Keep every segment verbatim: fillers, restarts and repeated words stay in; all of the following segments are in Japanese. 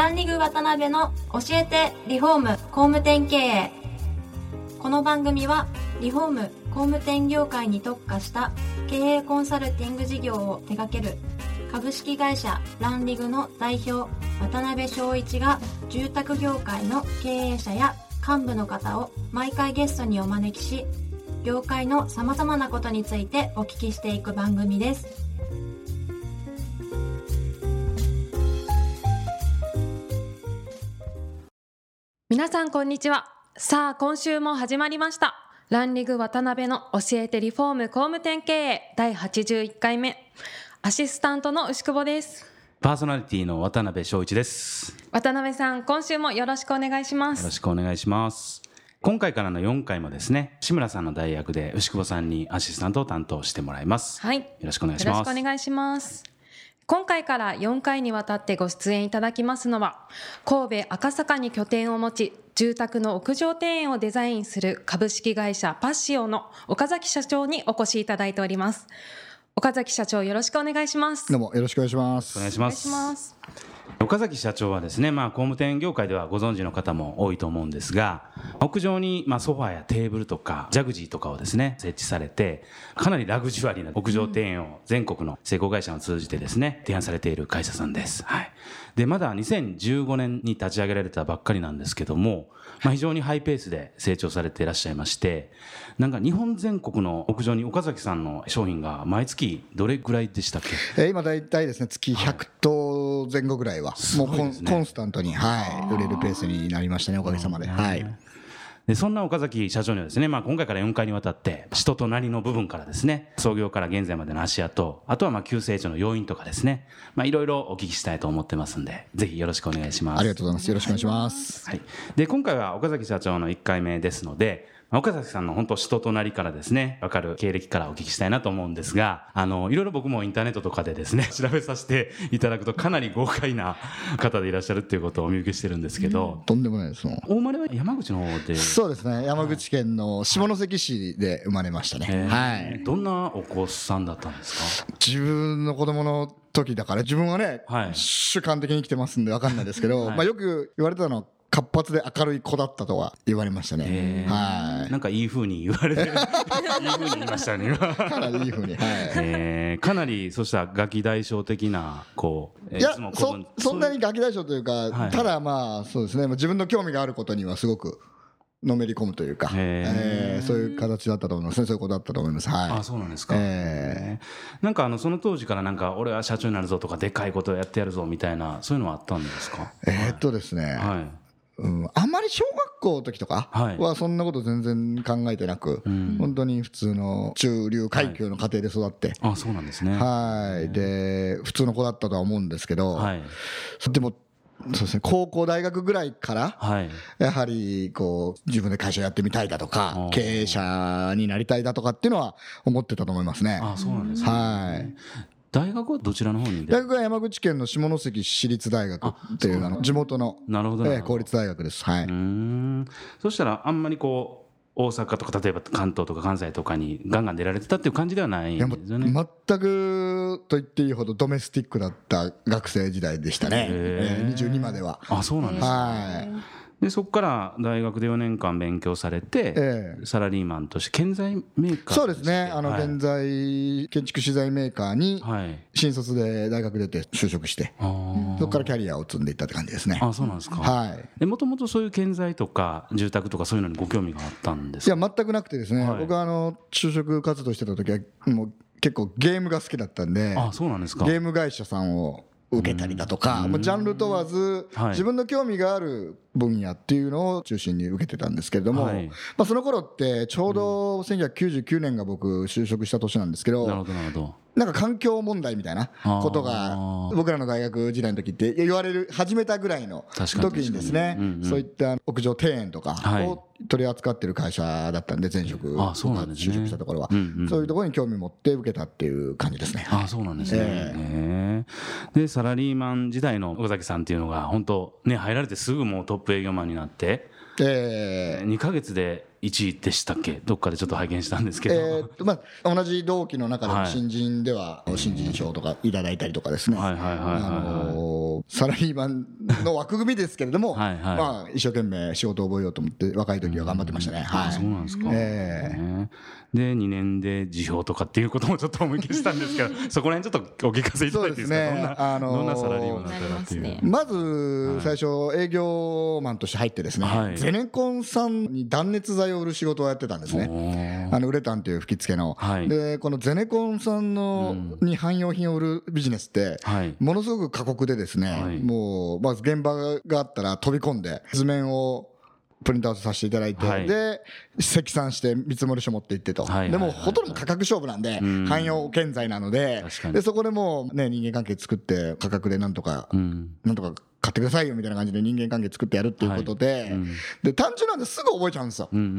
ランリグ渡辺の教えてリフォーム工務店経営。この番組はリフォーム工務店業界に特化した経営コンサルティング事業を手掛ける株式会社ランリグの代表渡辺翔一が、住宅業界の経営者や幹部の方を毎回ゲストにお招きし、業界のさまざまなことについてお聞きしていく番組です。 皆さんこんにちは。さあ今週も始まりました、ランリグ渡辺の教えてリフォーム工務店経営だいはちじゅういっかいめ、アシスタントの牛久保です。 パーソナリティの渡辺翔一です。 渡辺さん、今週もよろしくお願いします。 よろしくお願いします。今回からのよんかいもですね、志村さんの代役で牛久保さんにアシスタントを担当してもらいます。 はい、 よろしくお願いします。 よろしくお願いします。今回からよんかいにわたってご出演いただきますのは、神戸赤坂に拠点を持ち住宅の屋上庭園をデザインする株式会社パッシオの岡崎社長にお越しいただいております。岡崎社長、よろしくお願いします。 どうもよろしくお願いします。 お願いします。岡崎社長はですね、まあ、工務店業界ではご存知の方も多いと思うんですが、屋上にまあソファーやテーブルとかジャグジーとかをですね設置されて、かなりラグジュアリーな屋上庭園を全国の成功会社を通じてですね提案されている会社さんです。はい、でまだにせんじゅうごねんに立ち上げられたばっかりなんですけども、まあ、非常にハイペースで成長されていらっしゃいまして、なんか日本全国の屋上に岡崎さんの商品が毎月どれぐらいでしたっけ？ えー、今だいたいですね月ひゃくとうぜん後ぐらいは、はい、もうコン、コンスタントに、はい、売れるペースになりましたね、おかげさまで。はい、 でそんな岡崎社長にはですね、まあ、今回からよんかいにわたって人となりの部分からですね、創業から現在までの足跡、あとはまあ急成長の要因とかですね、まあ、いろいろお聞きしたいと思ってますんで、ぜひよろしくお願いします。 ありがとうございます。よろしくお願いします。 はい、で今回は岡崎社長のいっかいめですので、岡崎さんの本当人となりからですね分かる経歴からお聞きしたいなと思うんですが、あのいろいろ僕もインターネットとかでですね調べさせていただくと、かなり豪快な方でいらっしゃるっていうことをお見受けしてるんですけど、 うん、とんでもないです。もうお生まれは山口の方で？ そうですね、山口県の下関市で生まれましたね。はい、 どんなお子さんだったんですか？ 自分の子供の時だから、自分はね、はい、主観的に生きてますんで分かんないですけど、はい、まあ、よく言われたのは活発で明るい子だったとは言われましたね。はい、 なんかいい風に言われていい風に言いましたね。 かなりいい風に、はい、 えー、かなりそうしたガキ大将的なこう、 いや、そ, そんなにガキ大将というか、はい、ただまあそうですね、自分の興味があることにはすごくのめり込むというか、えー、そういう形だったと思いますね。そういうことだったと思います。はい、 あ、そうなんですか。えー、なんかあのその当時からなんか俺は社長になるぞとかでかいことをやってやるぞみたいな、そういうのはあったんですか？ えー、っとですね、はい、うん、あんまり小学校の時とかはそんなこと全然考えてなく、はい、本当に普通の中流階級の家庭で育って、 はい、あ、そうなんですね。 はい、で普通の子だったとは思うんですけど、はい、でもそうですね、高校大学ぐらいからやはりこう自分で会社やってみたいだとか、経営者になりたいだとかっていうのは思ってたと思いますね。 あ、そうなんですね。はい。大学はどちらの方に？ 大学は山口県の下関市立大学っていうあの地元の公立大学です。はい。うーん、そしたらあんまりこう大阪とか例えば関東とか関西とかにガンガン出られてたっていう感じではないんですよね。 いや、全くと言っていいほどドメスティックだった学生時代でしたね。えー、にじゅうにまでは。 あ、そうなんですか。はい。でそこから大学でよねんかん勉強されて、ええ、サラリーマンとして建材メーカー、 そうですね、あの建材、はい、建築資材メーカーに新卒で大学出て就職して、はい、そこからキャリアを積んでいったって感じですね。 あ、そうなんですか。はい。でもともとそういう建材とか住宅とかそういうのにご興味があったんですか？ いや、全くなくてですね、はい、僕はあの就職活動してた時はもう結構ゲームが好きだったんで、 あ、そうなんですか。 ゲーム会社さんを受けたりだとか、もうジャンル問わず自分の興味がある分野っていうのを中心に受けてたんですけれども、はい、まあ、その頃ってちょうどせんきゅうひゃくきゅうじゅうきゅうねんが僕就職した年なんですけど、 なるほどなるほど、 なんか環境問題みたいなことが僕らの大学時代の時って言われる始めたぐらいの時にですね、うんうん、そういった屋上庭園とかを取り扱ってる会社だったんで、前職が就職したところは、うんうん、そういうところに興味持って受けたっていう感じですね。 あ、そうなんですね。えー、でサラリーマン時代の岡崎さんっていうのが本当ね、入られてすぐもうトップ営業マンになって、えー、にかげつでいちいでしたっけ、どっかでちょっと拝見したんですけど、 えーまあ、同じ同期の中でも新人では新人賞とかいただいたりとかですね、 もうサラリーマンの枠組みですけれどもはい、はい、 まあ、一生懸命仕事を覚えようと思って若い時は頑張ってましたね、はい、 そうなんですか、 えー、 でにねんで辞表とかっていうこともちょっと思い切りしたんですけどそこら辺ちょっとお聞かせいただいていいですか。 そうですね、 どんな、あのー、どんなサラリーマンだったかっていう、 ね、 まず最初営業マンとして入ってですね、はい、ゼネコンさんに断熱材を売る仕事をやってたんですね。あのウレタンという吹き付けの、はい、でこのゼネコンさんの、うん、に汎用品を売るビジネスって、はい、ものすごく過酷でですね、はい、もうまず現場があったら飛び込んで図面をプリントアウトさせていただいて、はい、で積算して見積書持って行ってと、はいはいはいはい、でもほとんど価格勝負なんで、うん、汎用建材なので、でそこでもう、ね、人間関係作って価格でなんとか、うん、なんとか買ってくださいよみたいな感じで人間関係作ってやるっていうことで、はいうん、で単純なんですぐ覚えちゃうんですよ、うんうんうん、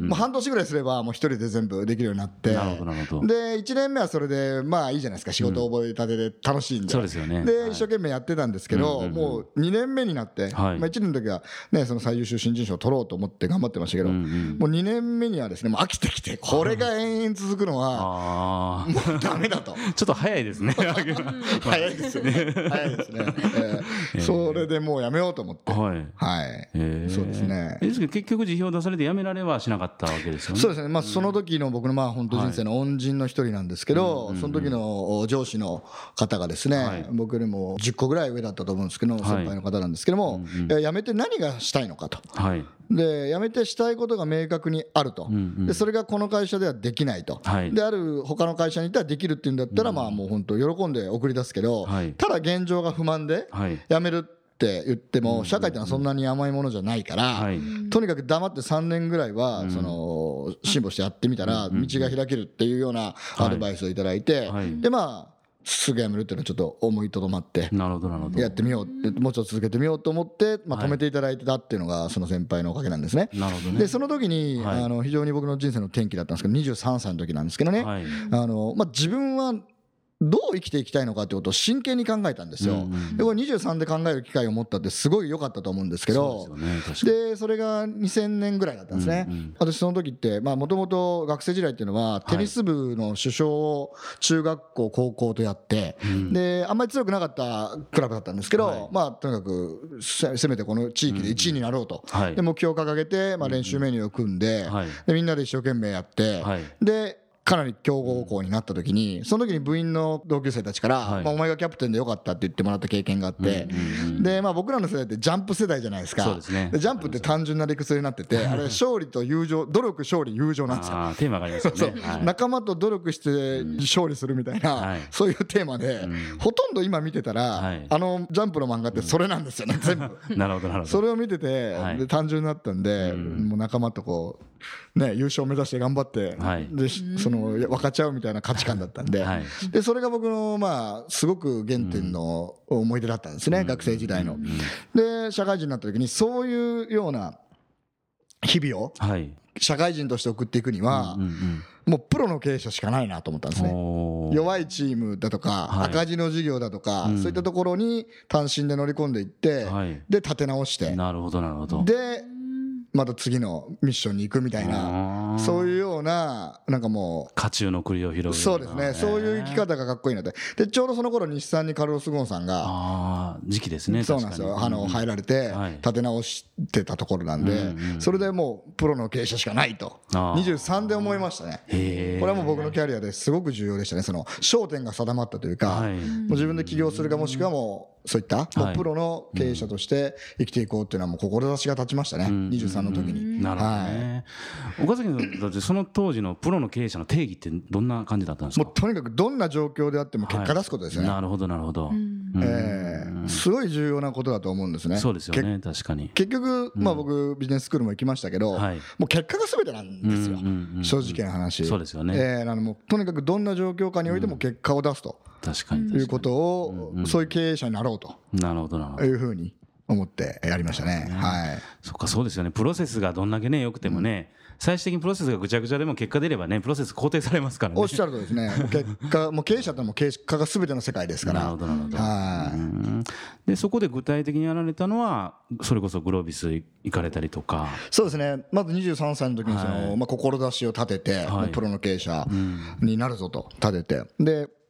もう半年ぐらいすればもう一人で全部できるようになって、なるほどなるほど、でいちねんめはそれでまあいいじゃないですか、仕事覚えたてで楽しいんで、うん、そうですよね、で、はい、一生懸命やってたんですけど、うんうんうん、もうにねんめになって、はい、まあ、いちねんの時は、ね、その最優秀新人賞を取ろうと思って頑張ってましたけど、うんうん、もうにねんめにはですねもう飽きてきてこれが延々続くのはもうダメだとちょっと早いですね早いですよね早いですね、えー、それでもうやめようと思って、はい、はい、えー、そうですね。 ですけど結局辞表出されて辞められはしなかったわけですよね。 そうですね、まあ、その時の僕のまあ本当人生の恩人の一人なんですけど、はい、その時の上司の方がですね、はい、僕よりもじゅっこぐらい上だったと思うんですけど、先輩の方なんですけども、はい、辞めて何がしたいのかと、はい、で辞めてしたいことが明確にあると、うんうん、でそれがこの会社ではできないと、はい、である他の会社に行ったらできるっていうんだったら、まあもう本当喜んで送り出すけど、はい、ただ現状が不満で辞めるって言っても社会ってのはそんなに甘いものじゃないから、とにかく黙ってさんねんぐらいはその辛抱してやってみたら道が開けるっていうようなアドバイスをいただいて、でまあすぐ辞めるっていうのはちょっと思いとどまってやってみようって、もうちょっと続けてみようと思ってまあ止めていただいてたっていうのがその先輩のおかげなんですね。でその時にあの非常に僕の人生の転機だったんですけど、にじゅうさんさいの時なんですけどね、あのまあ自分はどう生きていきたいのかってことを真剣に考えたんですよ、うんうん、でこれにじゅうさんで考える機会を持ったってすごい良かったと思うんですけど、そうですよね、でそれがにせんねんぐらいだったんですね、うんうん、私その時ってもともと学生時代っていうのはテニス部の主将を中学校高校とやって、はい、であんまり強くなかったクラブだったんですけど、はい、まあとにかくせめてこの地域でいちいになろうと、うんはい、で目標を掲げてまあ練習メニューを組んで、はい、でみんなで一生懸命やって、はい、でかなり強豪校になった時に、その時に部員の同級生たちから、はい、まあ、お前がキャプテンでよかったって言ってもらった経験があって、うんうん、でまあ僕らの世代ってジャンプ世代じゃないですか。そうですね、でジャンプって単純な理屈になってて、あれ勝利と友情、努力勝利友情なんですよ。 あテーマがありますよね。そうそう、 はい、仲間と努力して勝利するみたいな、はい、そういうテーマで、うん、ほとんど今見てたら、はい、あのジャンプの漫画ってそれなんですよね、うん、全部なるほどなるほど。 それを見てて、はい、で単純になったんで、うん、もう仲間とこうね優勝目指して頑張って、はい、でその分かち合うみたいな価値観だったんで、はい、でそれが僕のまあすごく原点の思い出だったんですね、うん、学生時代の、うん、で社会人になった時にそういうような日々を社会人として送っていくには、うんうんうん、もうプロの経営者しかないなと思ったんですね。弱いチームだとか、はい、赤字の事業だとか、うん、そういったところに単身で乗り込んでいって、はい、で立て直して、 なるほどなるほど、 でまた次のミッションに行くみたいな、そういうようななんかもう家中の栗を拾う、 そうですね、そういう生き方がかっこいいなって。でちょうどその頃日産にカルロス・ゴーンさんがあ時期ですね、 そうなんですよ、あの入られて立て直してたところなんで、それでもうプロの経営者しかないとにじゅうさんで思いましたね。これはもう僕のキャリアですごく重要でしたね。その焦点が定まったというか、もう自分で起業するかもしくはもうそういったもうプロの経営者として生きていこうっていうのはもう志が立ちましたね、にじゅうさんの時に。 なるほどね、はい、岡崎さんだってその当時のプロの経営者の定義ってどんな感じだったんですか。 もうとにかくどんな状況であっても結果出すことですよね、 はい、なるほどなるほど、 えー、すごい重要なことだと思うんですね。 そうですよね、確かに。 結局、まあ、僕ビジネススクールも行きましたけど、はい、もう結果が全てなんですよ、うんうんうんうん、正直な話。 そうですよね、 えー、あのもうとにかくどんな状況下においても結果を出すと、 うん、確かにいうことを、うんうん、そういう経営者になろうとなるほどなるほどいうふうに思ってやりましたね。はい。 そっか、そうですよね。プロセスがどんだけね良くてもね、うん、最終的にプロセスがぐちゃぐちゃでも結果出ればねプロセス肯定されますからね。 おっしゃるとですね。もう結果もう経営者ってもう結果が全ての世界ですから。 なるほどなるほど。はい。でそこで具体的にやられたのはそれこそグロービス行かれたりとか。 そうですね。まずにじゅうさんさいの時にその、はい、まあ志を立てて、はい、プロの経営者になるぞと立てて、で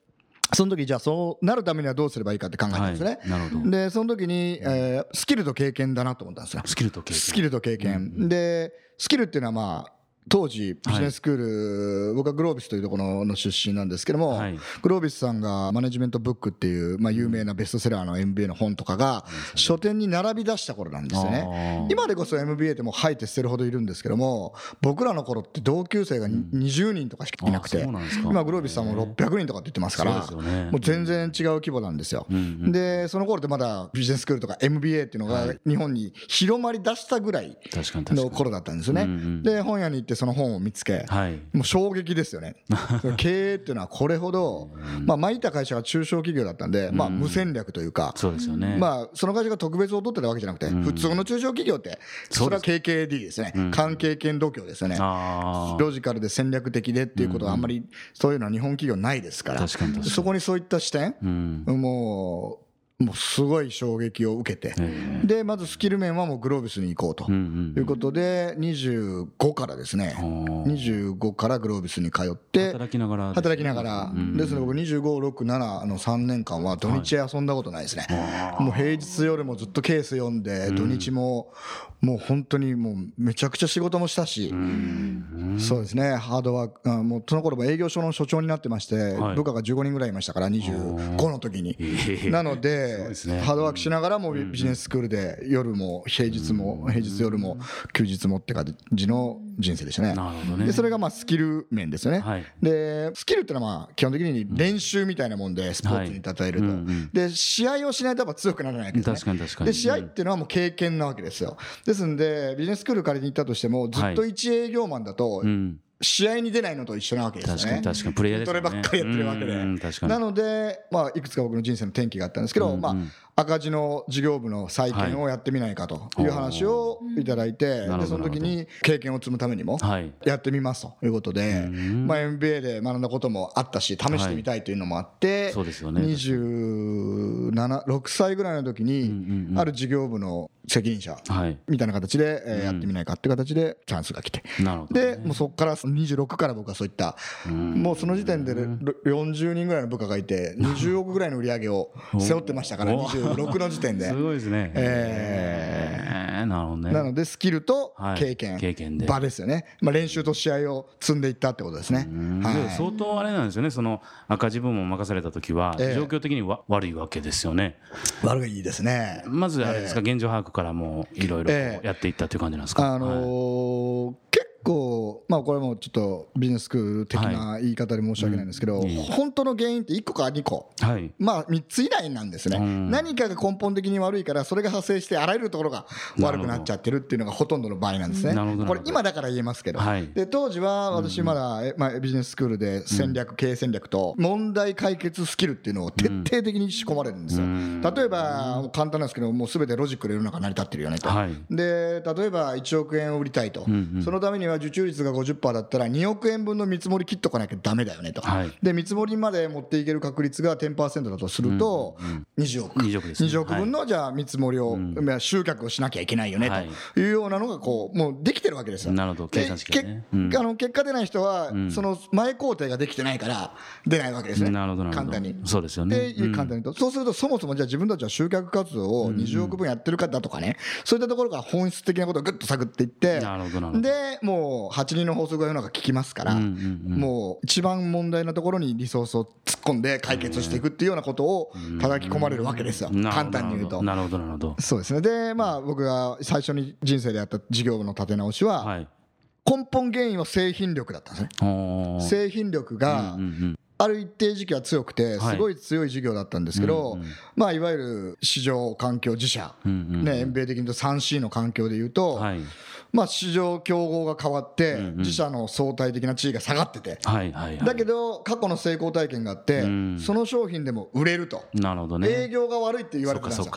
その時じゃあそうなるためにはどうすればいいかって考えたんですね、 はい、なるほど。 でその時に、えー、スキルと経験だなと思ったんですよ。 スキルと経験スキルと経験、 うんうん、 でスキルっていうのはまあ当時ビジネススクール、はい、僕はグロービスというところの出身なんですけども、はい、グロービスさんがマネジメントブックっていう、まあ、有名なベストセラーの エムビーエー の本とかが書店に並び出した頃なんですよね。今でこそ エムビーエー ってもう吐いて捨てるほどいるんですけども、僕らの頃って同級生がにじゅうにんとかしかいなくて、うん、今グロービスさんもろっぴゃくにんとかって言ってますから、ね、もう全然違う規模なんですよ、うんうん、でその頃ってまだビジネススクールとか エムビーエー っていうのが日本に広まり出したぐらいの頃だったんですよね、うんうん、で本屋に行ってその本を見つけ、はい、もう衝撃ですよね経営っていうのはこれほど、まあ、前いた会社が中小企業だったんで、まあ、無戦略というか、 そうですよね、 まあ、その会社が特別を取ってたわけじゃなくて、普通の中小企業ってそれは ケーケーディー ですね、関係権度胸ですよね、ロジカルで戦略的でっていうことはあんまりそういうのは日本企業ないですから、そこにそういった視点、もうもうすごい衝撃を受けて、でまずスキル面はもうグロービスに行こうということで、にじゅうごからですね、にじゅうごからグロービスに通って働きながら働きながらですね、僕にじゅうご、ろく、ななのさんねんかんは土日遊んだことないですね。もう平日夜もずっとケース読んで、土日ももう本当にもうめちゃくちゃ仕事もしたし、そうですね、ハードワーク、もうその頃も営業所の所長になってまして、部下がじゅうごにんぐらいいましたから、にじゅうごの時に。なのでハードワークしながらもビジネススクールで夜も平日も平日夜も休日もって感じの人生でしたね。 なるほどね。 でそれがまあスキル面ですよね、はい、でスキルってのはまあ基本的に練習みたいなもんでスポーツに例えると、はい、で試合をしないとやっぱ強くならないわけですね。 確かに確かに。 で試合っていうのはもう経験なわけですよ。ですんでビジネススクール仮に行ったとしてもずっと一営業マンだと、はい、うん試合に出ないのと一緒なわけですよね。 確かに確かにプレイヤーですね。 そればっかりやってるわけで。なので、まあ、いくつか僕の人生の転機があったんですけど、うんうん、まあ、赤字の事業部の再建をやってみないかという話をいただいて、はい、でその時に経験を積むためにもやってみますということで、はい、まあ、エムビーエー で学んだこともあったし試してみたいというのもあって、はい、そうですよね、にじゅうなな、ろくさいぐらいの時にある事業部の責任者みたいな形でやってみないかっていう形でチャンスが来て、なるほどね、でもうそこからにじゅうろくから僕はそういったもうその時点でよんじゅうにんぐらいの部下がいてにじゅうおくぐらいの売り上げを背負ってましたからにじゅうろくの時点で。 すごいですね。えー、なるほどね。 なのでスキルと経験、はい、経験で場ですよね。まあ練習と試合を積んでいったってことですね。 はい、相当あれなんですよね。その赤字部門を任された時は状況的にわ、えー、悪いわけですよね。 悪いですね。 まずあれですか、えー、現状把握からもいろいろやっていったという感じなんですか。 あのーはい、結構まあこれもちょっとビジネススクール的な言い方で申し訳ないんですけど、はい、うん、本当の原因っていっこかにこ、はい、まあみっつ以内なんですね、うん、何かが根本的に悪いからそれが派生してあらゆるところが悪くなっちゃってるっていうのがほとんどの場合なんですね。これ今だから言えますけど、はい、で当時は私まだ、うん、まあ、ビジネススクールで戦略、うん、経営戦略と問題解決スキルっていうのを徹底的に仕込まれるんですよ、うん、例えば簡単なんですけどもう全てロジックで世の中成り立ってるよねと、はい、で例えばいちおくえんを売りたいと、うんうん、そのためには受注率が ごじゅっパーセント だったらにおくえんぶんの見積もり切っとかなきゃダメだよねと、はい、で見積もりまで持っていける確率が じゅっパーセント だとするとにじゅうおく、にじゅうおくですね、にじゅうおくぶんのじゃあ見積もりを、うん、集客をしなきゃいけないよねというようなのがこうもうできてるわけですよ。 なるほど、計算式がね、うん、 あの結果出ない人はその前工程ができてないから出ないわけですね、なるほどなるほど、簡単に。 そうですよね、 で簡単にと、うん、そうするとそもそもじゃあ自分たちは集客活動をにじゅうおくぶんやってるかだとかね、そういったところが本質的なことをぐっと探っていって、なるほどなるほど、でもうはちにんの法則が世の中聞きますから、うんうんうん、もう一番問題なところにリソースを突っ込んで解決していくっていうようなことを叩き込まれるわけですよ、簡単に言うと。 なるほどなるほど。 そうですね。でまあ僕が最初に人生でやった事業の立て直しは、はい、根本原因は製品力だったんですね。製品力が、うんうんうん、ある一定時期は強くてすごい強い事業だったんですけど、はい、まあいわゆる市場環境自社、うんうんうん、ね、エムビーエー的に言うと スリーシー の環境で言うと、はい、まあ市場競合が変わって自社の相対的な地位が下がってて、だけど過去の成功体験があってその商品でも売れると。なるほどね。営業が悪いって言われてたんですよ。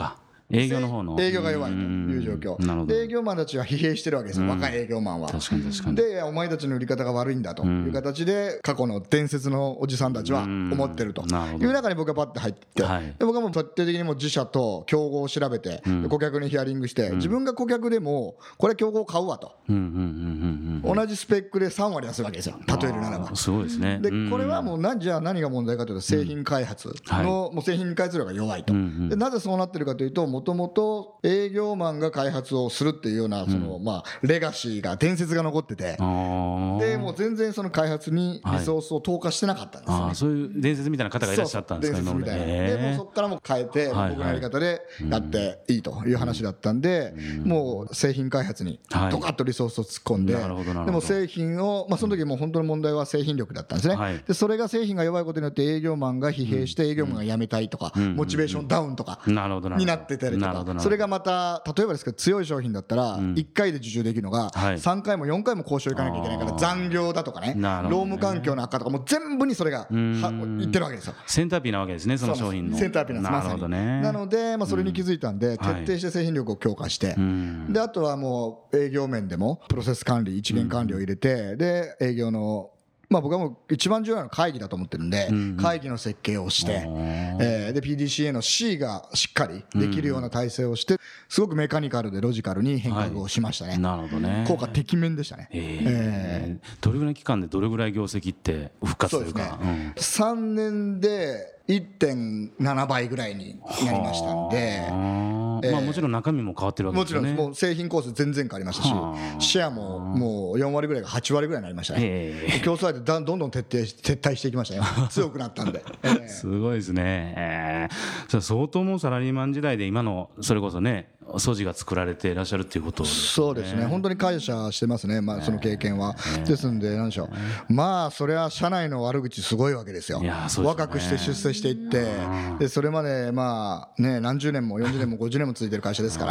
営業の方の営業が弱いという状況。なるほど。営業マンたちは疲弊してるわけですよ、若い営業マンは。 確かに確かに。 で、お前たちの売り方が悪いんだという形で過去の伝説のおじさんたちは思ってるという中に僕がパッと入って、はい、で僕はもう徹底的にもう自社と競合を調べて、うん、顧客にヒアリングして、うん、自分が顧客でもこれ競合買うわと、同じスペックでさんわり出すわけですよ、例えるならば。 すごいですね。 でこれはもう何じゃあ何が問題かというと、製品開発の、うん、もう製品開発量が弱いと、うんうん、でなぜそうなってるかというと、もともと営業マンが開発をするっていうようなその、まあ、レガシーが伝説が残ってて、でもう全然その開発にリソースを投下してなかったんですよね、はい、 あそういう伝説みたいな方がいらっしゃったんですか。 そうそう伝説みたいな。でもうそこからもう変えて、僕のやり方でやっていいという話だったんで、もう製品開発にドカッとリソースを突っ込んで、でも製品を、まあ、その時もう本当の問題は製品力だったんですね、はい、でそれが製品が弱いことによって営業マンが疲弊して営業マンが辞めたいとか、モチベーションダウンとかになってたりとか、それがまた例えばですけど、強い商品だったらいっかいで受注できるのがさんかいもよんかいも交渉行かなきゃいけないから、残業だとかね、労務環境の悪化とかもう全部にそれがいってるわけですよ。 センターピーなわけですね、その商品の。 センターピーなんです、まさに。なので、まあ、それに気づいたんで、徹底して製品力を強化して、であとはもう営業面でもプロセス管理、一元管理を入れて、で営業のまあ僕はもう一番重要なのは会議だと思ってるんで、会議の設計をして、えで ピーディーシーエー の C がしっかりできるような体制をして、すごくメカニカルでロジカルに変革をしましたね。 なるほどね。 効果てきめんでしたね。えどれぐらい期間でどれぐらい業績って復活というか。 さんねんで いってんななばいぐらいになりましたんで、 まあもちろん中身も変わってるわけですよね。 もちろんもう製品コース全然変わりましたし、シェアももうよんわりぐらいがはちわりぐらいになりましたね。競争相手どんどん徹底撤退していきましたね。強くなったんで。 すごいですね。相当もうサラリーマン時代で今のそれこそね、素地が作られていらっしゃるっていうことですね。 そうですね。本当に感謝してますね。まあその経験は。ですんで何でしょう。まあそれは社内の悪口すごいわけですよ。若くして出世していって、でそれまでまあね何十年もよんじゅうねんもごじゅうねんも続いてる会社ですから、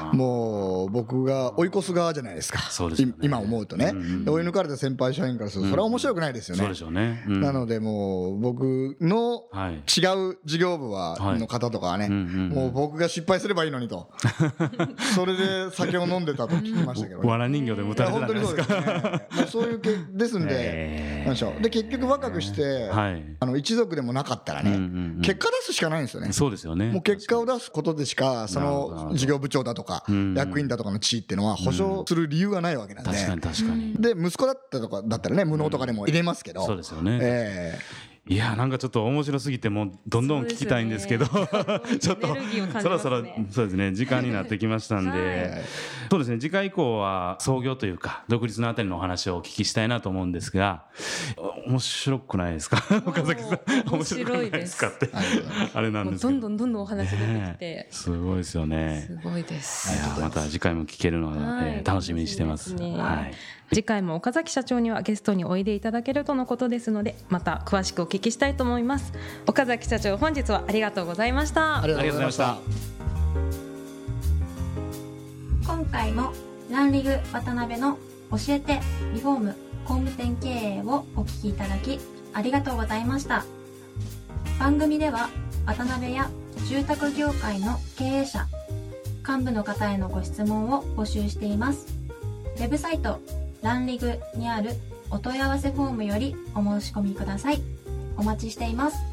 もう僕が追い越す側じゃないですか。今思うとね。追い抜かれた先輩社員からするとそれは面白くないですよね。 そうでしょうね。 なのでもう僕の違う事業部はの方とかはね、もう僕が失敗すればいいのにと。それで酒を飲んでたと聞きましたけど、ね、 わら人形でも歌れてたんですか。 本当にそうですね。まあそういうけですんで、えー、なんでしょう。で結局若くして、はい、あの一族でもなかったらね、うんうんうん、結果出すしかないんですよね。 そうですよね。 もう結果を出すことでしかその事業部長だとか役員だとかの地位っていうのは保証する理由がないわけなんで、 確かに確かに。 で息子だったとかだったらね、無能とかでも入れますけど、 うん、そうですよね。えーいやなんかちょっと面白すぎてもうどんどん聞きたいんですけど、ね、ちょっとそろそろそうですね時間になってきましたんで、はい、そうですね次回以降は創業というか独立のあたりのお話をお聞きしたいなと思うんですが、面白くないですか岡崎さん。 面白いですかってあれなんですけど、 どんどんどんどんお話出てきて、ね、 すごいですよね。 すごいです。 いやまた次回も聞けるので、はい、楽しみにしてます。ねはい、 次回も岡崎社長にはゲストにおいでいただけるとのことですので、また詳しくお聞きしたいと思います。岡崎社長、本日はありがとうございました。 ありがとうございました。 今回もランリグ渡辺の教えてリフォーム工務店経営をお聞きいただきありがとうございました。番組では渡辺や住宅業界の経営者、幹部の方へのご質問を募集しています。ウェブサイトランリグにあるお問い合わせフォームよりお申し込みください。お待ちしています。